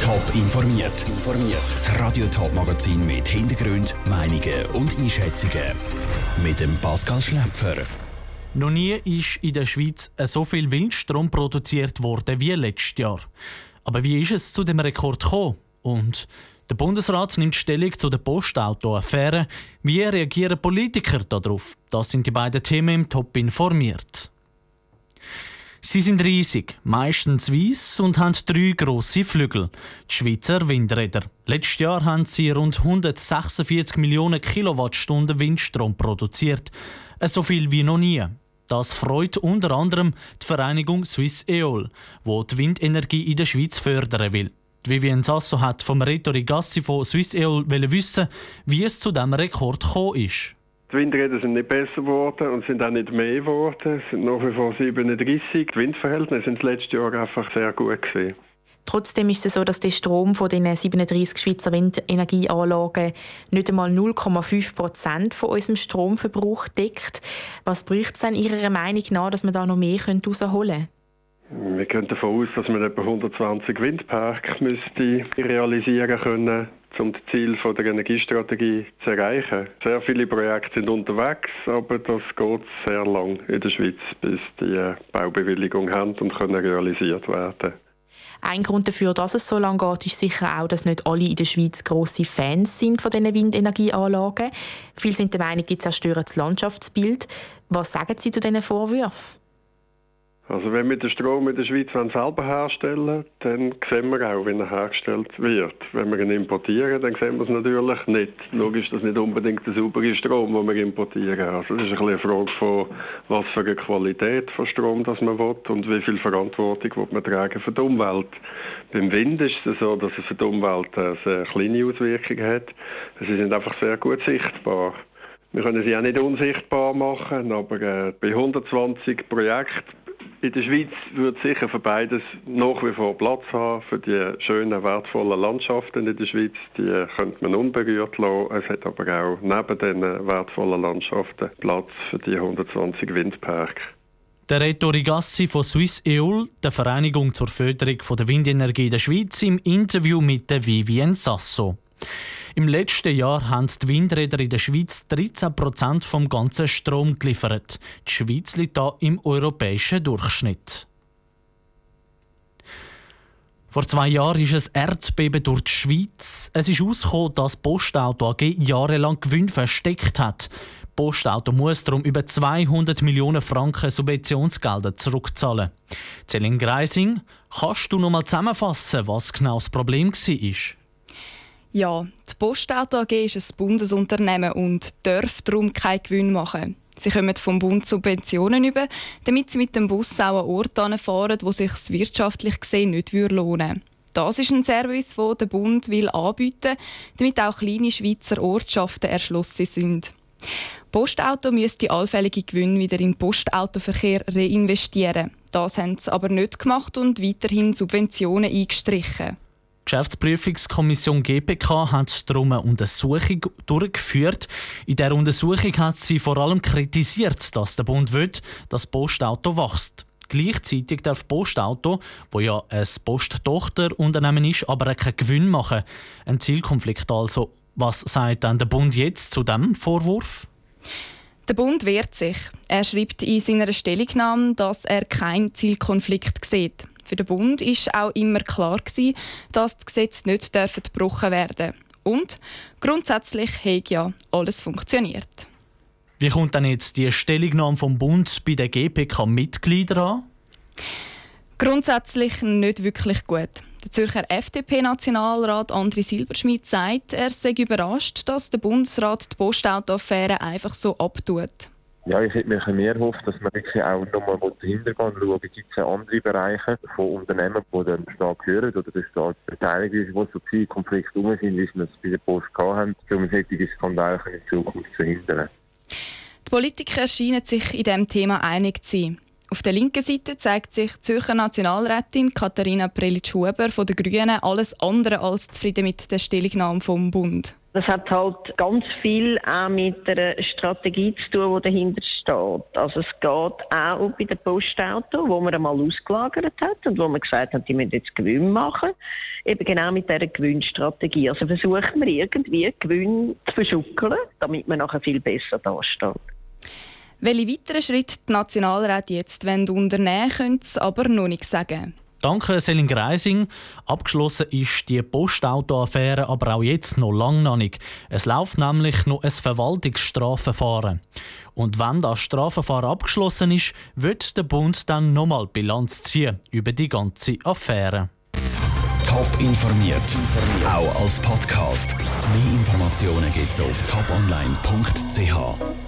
Top informiert. Das Radio Top Magazin mit Hintergrund, Meinungen und Einschätzungen mit dem Pascal Schläpfer. Noch nie ist in der Schweiz so viel Windstrom produziert worden wie letztes Jahr. Aber wie ist es zu dem Rekord gekommen? Und der Bundesrat nimmt Stellung zu der Postauto-Affäre. Wie reagieren Politiker darauf? Das sind die beiden Themen im Top informiert. Sie sind riesig, meistens weiss und haben 3 grosse Flügel. Die Schweizer Windräder. Letztes Jahr haben sie rund 146 Millionen Kilowattstunden Windstrom produziert. So viel wie noch nie. Das freut unter anderem die Vereinigung Swiss Eol, die die Windenergie in der Schweiz fördern will. Vivian Sasso hat vom Reto Rigassi von Swiss Eol wissen, wie es zu diesem Rekord gekommen ist. Die Windräder sind nicht besser geworden und sind auch nicht mehr geworden. Es sind nach wie vor 37. Die Windverhältnisse sind das letzte Jahr einfach sehr gut gewesen. Trotzdem ist es so, dass der Strom von den 37 Schweizer Windenergieanlagen nicht einmal 0,5% von unserem Stromverbrauch deckt. Was bräuchte es denn Ihrer Meinung nach, dass man da noch mehr herausholen könnte? Wir gehen davon aus, dass man etwa 120 Windparks realisieren können, um das Ziel der Energiestrategie zu erreichen. Sehr viele Projekte sind unterwegs, aber das geht sehr lang in der Schweiz, bis die Baubewilligung haben und können realisiert werden. Ein Grund dafür, dass es so lange geht, ist sicher auch, dass nicht alle in der Schweiz grosse Fans sind von diesen Windenergieanlagen. Viele sind der Meinung, die zerstören das Landschaftsbild. Was sagen Sie zu diesen Vorwürfen? Also wenn wir den Strom in der Schweiz selber herstellen, dann sehen wir auch, wie er hergestellt wird. Wenn wir ihn importieren, dann sehen wir es natürlich nicht. Logisch, das ist nicht unbedingt der saubere Strom, den wir importieren. Also das ist ein bisschen eine Frage von, was für eine Qualität von Strom das man will und wie viel Verantwortung will man tragen für die Umwelt. Beim Wind ist es so, dass es für die Umwelt eine sehr kleine Auswirkung hat. Sie sind einfach sehr gut sichtbar. Wir können sie auch nicht unsichtbar machen, aber bei 120 Projekten in der Schweiz würde sicher für beides nach wie vor Platz haben. Für die schönen, wertvollen Landschaften in der Schweiz, die könnte man unberührt lassen. Es hat aber auch neben diesen wertvollen Landschaften Platz für die 120 Windparks. Der Reto Rigassi von Swiss Eol, der Vereinigung zur Förderung der Windenergie in der Schweiz, im Interview mit der Vivian Sasso. Im letzten Jahr haben die Windräder in der Schweiz 13% vom ganzen Strom geliefert. Die Schweiz liegt da im europäischen Durchschnitt. Vor 2 Jahren ist ein Erdbeben durch die Schweiz. Es ist herausgekommen, dass Postauto AG jahrelang Gewinn versteckt hat. Postauto muss darum über 200 Millionen Franken Subventionsgelder zurückzahlen. Céline Greising, kannst du noch mal zusammenfassen, was genau das Problem war? Ja, die Postauto AG ist ein Bundesunternehmen und darf darum keinen Gewinn machen. Sie kommen vom Bund Subventionen über, damit sie mit dem Bus auch an Orte fahren, wo sich wirtschaftlich gesehen nicht lohnen würde. Das ist ein Service, den der Bund anbieten will, damit auch kleine Schweizer Ortschaften erschlossen sind. Postauto müsste allfällige Gewinne wieder in den Postautoverkehr reinvestieren. Das haben sie aber nicht gemacht und weiterhin Subventionen eingestrichen. Die Geschäftsprüfungskommission GPK hat darum eine Untersuchung durchgeführt. In dieser Untersuchung hat sie vor allem kritisiert, dass der Bund will, dass Postauto wächst. Gleichzeitig darf Postauto, wo ja ein Posttochterunternehmen ist, aber keinen Gewinn machen. Ein Zielkonflikt also. Was sagt dann der Bund jetzt zu diesem Vorwurf? Der Bund wehrt sich. Er schreibt in seiner Stellungnahme, dass er keinen Zielkonflikt sieht. Für den Bund war auch immer klar, dass die Gesetze nicht gebrochen werden dürfen. Und grundsätzlich hat ja alles funktioniert. Wie kommt denn jetzt die Stellungnahme vom Bund bei den GPK-Mitgliedern an? Grundsätzlich nicht wirklich gut. Der Zürcher FDP-Nationalrat Andri Silberschmidt sagt, er sei überrascht, dass der Bundesrat die Postauto-Affäre einfach so abtut. Ja, ich hätte mir mehr erhofft, dass man wirklich auch nochmal dahinter gehen schauen. Gibt es andere Bereiche von Unternehmen, die dem Staat gehören oder der Staat beteiligt ist, wo so viele Konflikte rum sind, wie wir es bei der Post hatten, um solche Skandale in Zukunft zu verhindern. Die Politiker scheinen sich in diesem Thema einig zu sein. Auf der linken Seite zeigt sich die Zürcher Nationalrätin Katharina Prelitsch-Huber von den Grünen alles andere als zufrieden mit der Stellungnahme vom Bund. Das hat halt ganz viel auch mit der Strategie zu tun, die dahinter steht. Also es geht auch bei den Postautos, wo man einmal ausgelagert hat und wo man gesagt hat, die müssen jetzt Gewinn machen. Eben genau mit dieser Gewinnstrategie. Also versuchen wir irgendwie Gewinn zu verschuckeln, damit man nachher viel besser dasteht. Welche weiteren Schritte die Nationalräte jetzt unternehmen wollen, können sie aber noch nicht sagen. Danke, Selin Greising. Abgeschlossen ist die Postauto-Affäre aber auch jetzt noch lange noch nicht. Es läuft nämlich noch ein Verwaltungsstrafverfahren. Und wenn das Strafverfahren abgeschlossen ist, wird der Bund dann nochmal Bilanz ziehen über die ganze Affäre. Top informiert, auch als Podcast. Mehr Informationen gibt's auf toponline.ch.